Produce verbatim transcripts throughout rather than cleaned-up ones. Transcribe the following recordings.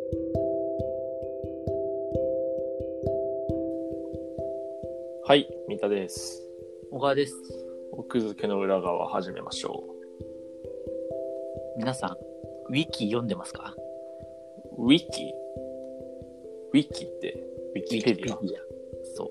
はい、三田です。 小川です。 奥付けの裏側始めましょ皆さん、ウィキ読んでますか？ う。ウィキウィキってウィキペディア。 そう。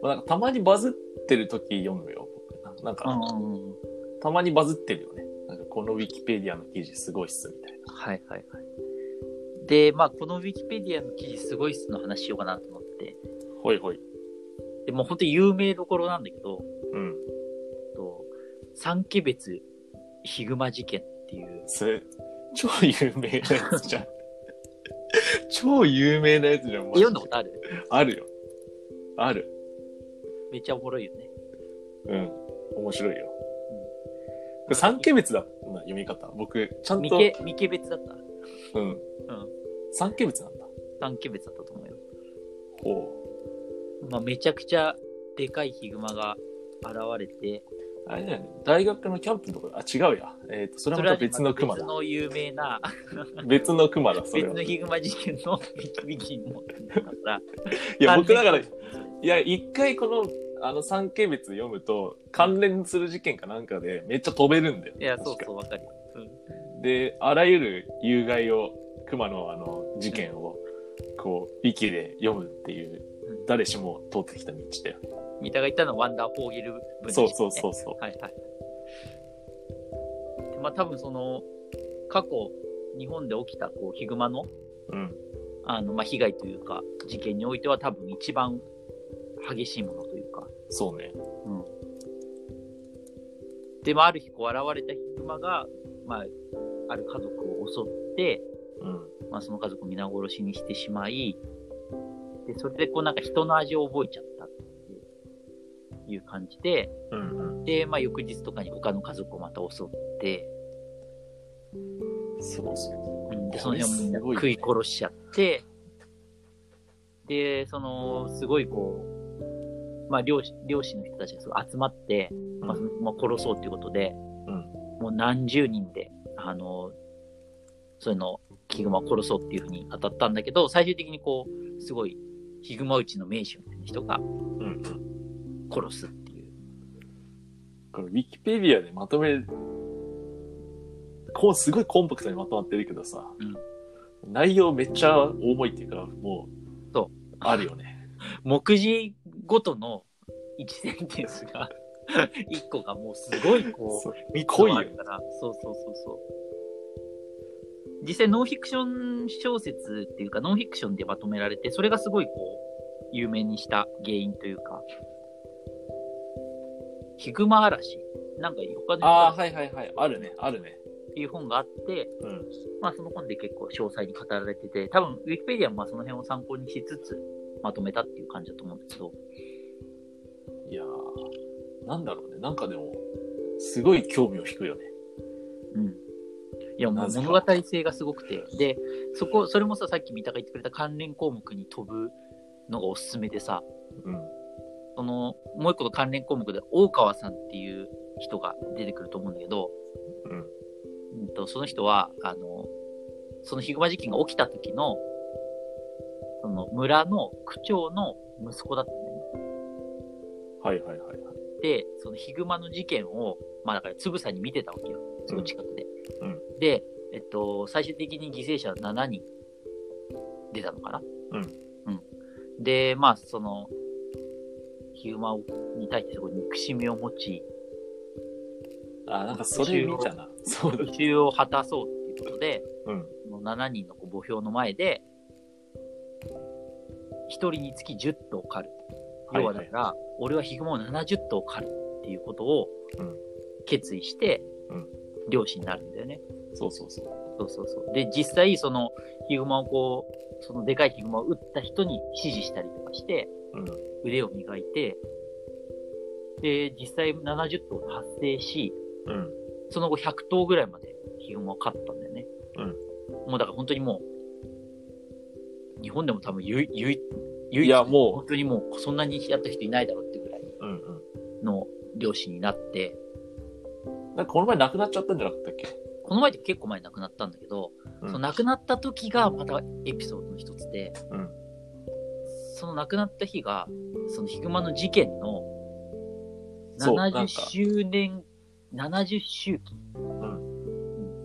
なんかたまにバズってる時読むよ。なんか、うんうん、たまにバズってるよね。なんかこのウィキペディアの記事すごいっすみたいな。 はいはいはい。で、まあこのウィキペディアの記事すごいっすの話しようかなと思って。 ほいほい。 でも本当に有名どころなんだけど、 うん。 と三毛別ヒグマ事件っていう。 それ、超有名なやつじゃん。超有名なやつじゃん。 読んだことある？ あるよ。ある。 めっちゃおもろいよね。 うん。面白いよ。うん、三毛別だな、読み方。僕、ちゃんと。 三毛、三毛別だった。 うん。うん。三毛別なんだ。 三毛別だったと思うよ。 ほう。 まあ、めちゃくちゃでかいヒグマが現れて、 あれだよね、大学のキャンプのところ、あ、違うや。えっ、ー、と、それはまた別のクマだ。 別の有名な別のクマだ、それは。 別のヒグマ事件のウィキにもったから。 いや、僕だから、いや、一回この、あの、三景別読むと、関連する事件かなんかで、めっちゃ飛べるんだよ。 いや、そうそう、わかるよ。 うん。で、あらゆる有害を、クマのあの、事件を、こう、ウィキで読むっていう、誰しも通ってきた道だよね。 三田が言ったのはワンダーフォーゲル文、ね、 そうそうそうそう。 はいはい。まあ多分その過去日本で起きたこうヒグマの、 うん、 あのまあ被害というか事件においては多分一番激しいものというか。 そうね。 うん。でもある日こう現れたヒグマがまあある家族を襲って、 うん、まあその家族を皆殺しにしてしまい。でそれでこうなんか人の味を覚えちゃったっていう感じで、 うんうん、 でまあ翌日とかに他の家族をまた襲って、 そうそう、 うん、でその辺をみんな食い殺しちゃって、でそのすごいこうまあ漁師漁師の人たちが集まって、うんまあまあ、殺そうということで、うん、もう何十人であのそういうのヒグマを殺そうっていうふうに当たったんだけど、最終的にこうすごいヒグマ打ちの名手みたいな人が殺すっていう。 これウィキペディアでまとめ、こうすごいコンパクトにまとまってるけどさ、うん、内容めっちゃ重いっていうか、もう、そう、あるよね。 目次ごとのいちセンテンスが、いっこがもうすごいこう、密度があるから、そうそうそうそう。実際ノンフィクション小説っていうかノンフィクションでまとめられて、それがすごいこう有名にした原因というか、ヒグマ嵐なんか他でああはいはいはいあるねあるねっていう本があって、うん、まあその本で結構詳細に語られてて、多分ウィキペディアもまあその辺を参考にしつつまとめたっていう感じだと思うんですけど、 いやーなんだろうね、なんかでもすごい興味を引くよね。 うん。いやもう物語性がすごくて、でそこそれもさ、さっき三田が言ってくれた関連項目に飛ぶのがおすすめでさ、うん、そのもう一個の関連項目で大川さんっていう人が出てくると思うんだけど、うんうん、とその人はあのそのヒグマ事件が起きた時のその村の区長の息子だったんだよね。 はいはいはいはい。 でそのヒグマの事件をまあだからつぶさに見てたわけよ、その近くで。うんうんで、えっと、最終的に犠牲者はしちにん出たのかな。うん。うん。で、まあ、その、ヒグマに対してすごい憎しみを持ち、 あ、なんかそれ見たな。 そうだ。復讐を果たそうっていうことで、うん。そのしちにんのこう墓標の前で、ひとりにつきじゅっとう狩る。要はだから、はいはい、俺はヒグマをななじゅっとう狩るっていうことを決意して、うん。漁師になるんだよね。 そうそうそう。 そうそうそう。で、実際、その、ヒグマをこう、そのでかいヒグマを撃った人に指示したりとかして、うん、腕を磨いて、で、実際ななじゅっとう達成し、うん、その後ひゃくとうぐらいまでヒグマを飼ったんだよね。うん、もうだから本当にもう、日本でも多分唯一、唯一、いやもう、本当にもうそんなにやった人いないだろうっていうぐらいの漁師になって、 なんかこの前亡くなっちゃったんじゃなかったっけ？ この前って結構前亡くなったんだけど、 うん、その亡くなった時がまたエピソードの一つで、うん、その亡くなった日がそのヒグマの事件のななじゅっしゅうねんななじゅっ周期、うん、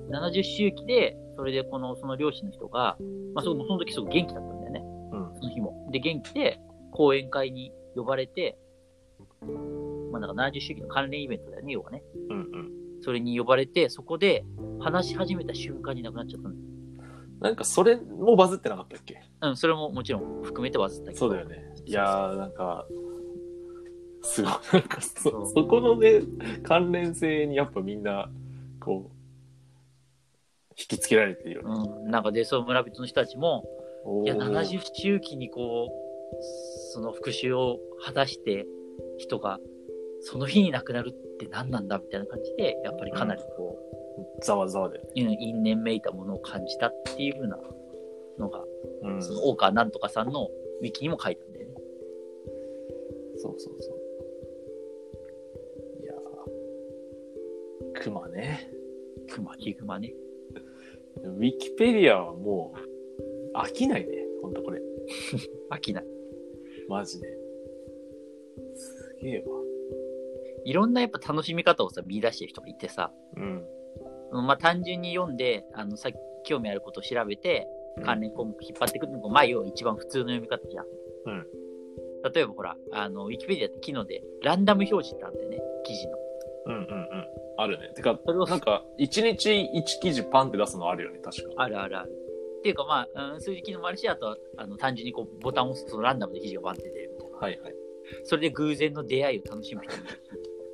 ななじゅっ周期でそれでこのその漁師の人が、まあ、そのその時すごく元気だったんだよね、うん、その日もで元気で講演会に呼ばれて、まあ、なんかななじゅっ周期の関連イベントだよね要はね、うんうん、それに呼ばれてそこで話し始めた瞬間に亡くなっちゃったんだよ。 なんかそれもバズってなかったっけ？ うん、それももちろん含めてバズったけど。 そうだよね。いやーなんかすごいなんか そ, そこのね関連性にやっぱみんなこう引きつけられてるよね。 うん、なんかでそう村人の人たちもいやななじゅっ周期にこうその復讐を果たして人がその日に亡くなるって何なんだみたいな感じでやっぱりかなりこう、 うん、ざわざわで、 うん、因縁めいたものを感じたっていう風なのが、うん、その大川なんとかさんのウィキにも書いたんだよね。 そうそうそう。いやー、クマね。 クマ、ヒグマね。 ウィキペディアはもう飽きないね、ほんとこれ。 飽きない。 マジで。すげえわ。 いろんなやっぱ楽しみ方をさ見出してる人がいてさ、うん、まあ単純に読んであのさ興味あることを調べて関連項目引っ張ってくるのが、まあ要は一番普通の読み方じゃん。うん。例えばほらあのウィキペディアって機能でランダム表示ってあるんだよね記事の。 うんうんうん。あるね。てかそれをなんか一日一記事パンって出すのあるよね確か。 あるあるある。っていうかまあ、うん、数字機能もあるしあとはあの単純にこうボタンを押すとランダムで記事がバンって出るみたいな。はいはい。それで偶然の出会いを楽しむ人もいる。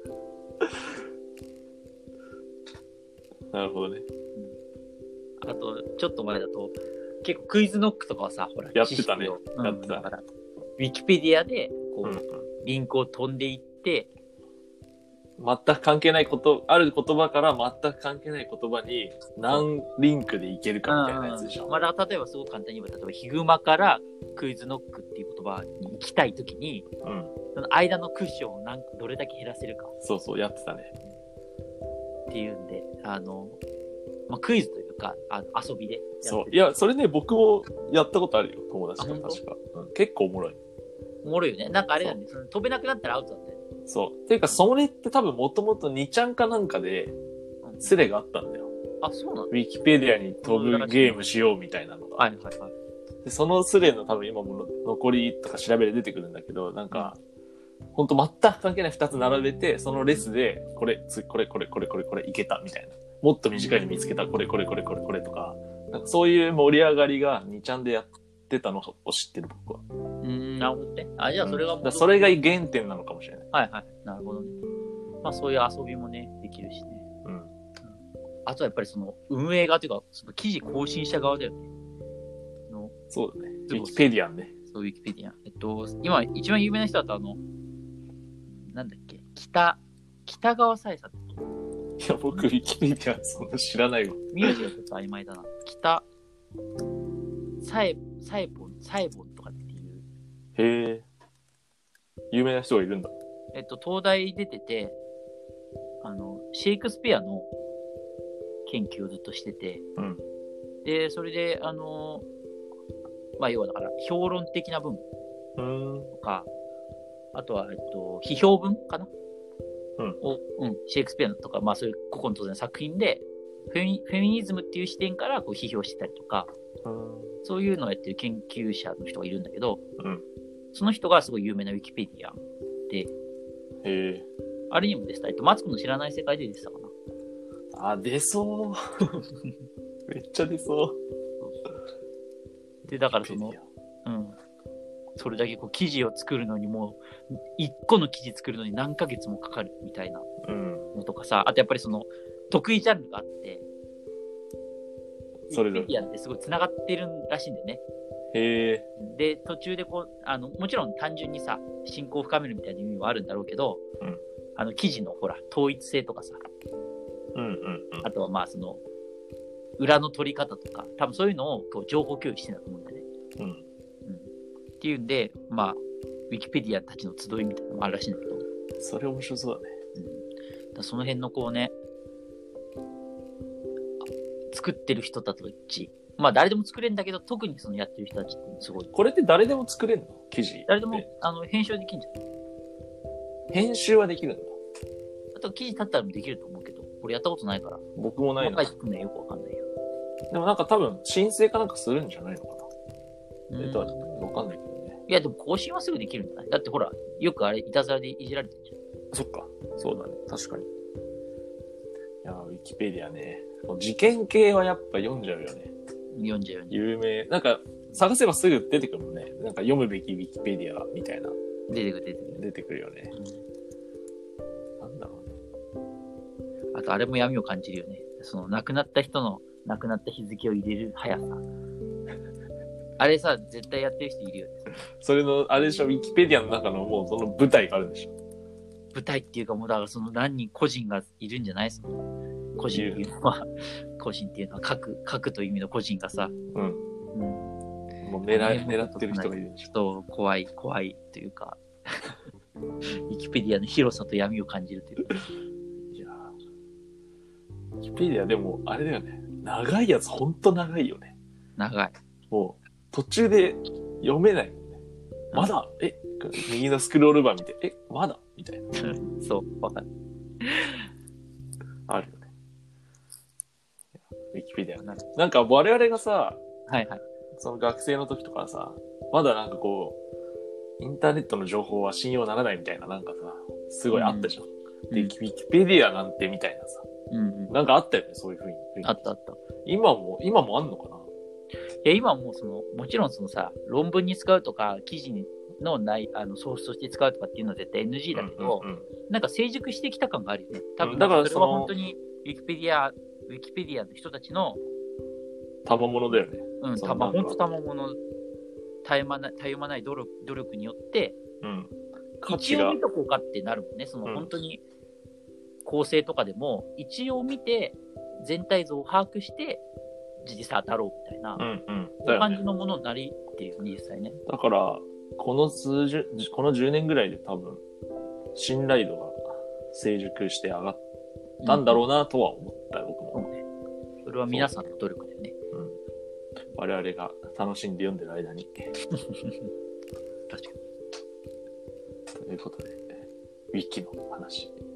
なるほどね、 うん。あとちょっと前だと結構クイズノックとかはさほらやってたね、うん、やってた。 だからウィキペディアでこう、うんうん、リンクを飛んでいって全く関係ないことある言葉から全く関係ない言葉に何リンクでいけるかみたいなやつでしょ。 まあ、だ例えばすごく簡単に言えば例えばヒグマからクイズノックっていう言葉に行きたいときに、うん、その間のクッションを何どれだけ減らせるか。 そうそうやってたね。 っていうんであの、まあ、クイズというかあの遊びでやってる。そういやそれね僕もやったことあるよ友達と確か、うん、結構おもろい。 おもろいよね。なんかあれなんでその飛べなくなったらアウトだったよ。 そうていうかそれって多分もともとにちゃんかなんかでスレがあったんだよ。 あそうなの。 ウィキペディアに飛ぶゲームしようみたいなのが。はいはいはい。でそのスレの多分今も残りとか調べで出てくるんだけどなんか、うん、ほんと全く関係ないふたつ並べてそのレスでこれつこれこれこれこれこれいけたみたいなもっと短いに見つけたこれこれこれこれこれとかなんかそういう盛り上がりがにちゃんでやってたのを知ってる僕は。 うーんなるほどね。あじゃあそれが、うん、 だそれが原点なのかもしれない。 はいはいなるほどね。まあそういう遊びもねできるしね。うん。あとはやっぱりその運営側というかその記事更新した側だよね。 のそうだね。ウィキペディアンね。 そうウィキペディアン。えっと今一番有名な人だとあのなんだっけ北北川さえさん。 いや僕ウィキペディアンそんな知らないわ。 名字がちょっと曖昧だな。北サエサエボンサエボンとかっていう。 へえ。有名な人がいるんだ。 えっと東大出ててあのシェイクスピアの研究をずっとしてて、うん、でそれであのまあ要はだから評論的な文とか、うん、あとはえっと批評文かな、うんをうん、シェイクスピアとかまあそういう古今当然作品でフェミ、フェミニズムっていう視点からこう批評してたりとか、うん、そういうのをやってる研究者の人がいるんだけど、うん、その人がすごい有名なウィキペディアで、へーあれにも出てた。えっと、マツコの知らない世界で出てたかな。あ、出そう。めっちゃ出そう。 で、だからその、うん。それだけこう記事を作るのにもう、一個の記事作るのに何ヶ月もかかるみたいなのとかさ、うん、あとやっぱりその、得意ジャンルがあって、 それで。 ウィキペディアってすごい繋がってるらしいんだよね。 へー。 で、途中でこう、あの、もちろん単純にさ、親交を深めるみたいな意味はあるんだろうけど、うんあの記事のほら統一性とかさ、うんうんうん、あとはまあその裏の取り方とか多分そういうのをこう情報共有してたと思うんだよね、うんうん、っていうんでまあウィキペディアたちの集いみたいなのもあるらしいんだけどそれ面白そうだね、 うん、だその辺のこうね作ってる人たち、まあ誰でも作れるんだけど、特にそのやってる人たちってすごい。 これって誰でも作れるの？記事。 誰でも、あの、編集できるんじゃない？ 編集はできるんだ。 あと記事立ったらもできると思うけど、俺やったことないから。 僕もないな。 若い人ね、よくわかんないよ。 でもなんか多分、申請かなんかするんじゃないのかな。えっと、わかんないけどね。 いや、でも更新はすぐできるんじゃない？だってほら、よくあれ、いたずらでいじられてるじゃん。 そっか。そうだね。確かに。いや、ウィキペディアね。事件系はやっぱ読んじゃうよね。 読んじゃうよね。 有名。なんか、探せばすぐ出てくるもんね。なんか読むべきウィキペディアみたいな。 出てくる、出てくる。 出てくるよね。うん、なんだろうね。 あと、あれも闇を感じるよね。その、亡くなった人の亡くなった日付を入れる速さ。あれさ、絶対やってる人いるよね。 それの、あれでしょ、ウィキペディアの中のもうその舞台があるんでしょ。 舞台っていうかもう、だからその何人個人がいるんじゃないですか。個人っていうのは、個人っていうのは書く、書くという意味の個人がさ。うん。うん、 もう狙い、狙ってる人がいるんでしょ。 そう、怖い、怖いというか、ウィキペディアの広さと闇を感じるというか。 いやウィキペディアでも、あれだよね。長いやつほんと長いよね。 長い。 もう、途中で読めないもんね。まだ、え、右のスクロールバー見て、え、まだみたいな。 そう、わかる。 あるよね。ウィキペディア。なんか我々がさ、 はいはい。 その学生の時とかさ、まだなんかこう、インターネットの情報は信用ならないみたいな、なんかさ、すごいあったじゃん。うん、で、ウィキペディアなんてみたいなさ。うんうん、なんかあったよね、そういうふうに。 あったあった。 今も、今もあんのかな？ いや、今もうその、もちろんそのさ、論文に使うとか、記事のないあのソースとして使うとかっていうのは絶対 エヌジー だけど、うんうんうん、なんか成熟してきた感があるよね。多分、だからそれは本当にウィキペディア、ウィキペディアの人たちの賜物だよね。 うん、たま、本当賜物、たゆまない、たゆまない努力、努力によって、うん。一応見とこうかってなるもんね。その本当に構成とかでも、一応見て、全体像を把握して、実際当たろうみたいな、うんうん、そういう感じのものになりっていう実際ね。 だから、この数十、このじゅうねんぐらいで多分、信頼度が成熟して上がったんだろうなとは思ったよ、うん、僕も。 ね。それは皆さんの努力だよね。 うん。我々が楽しんで読んでる間に。 確かに。 ということで、ウィキの話。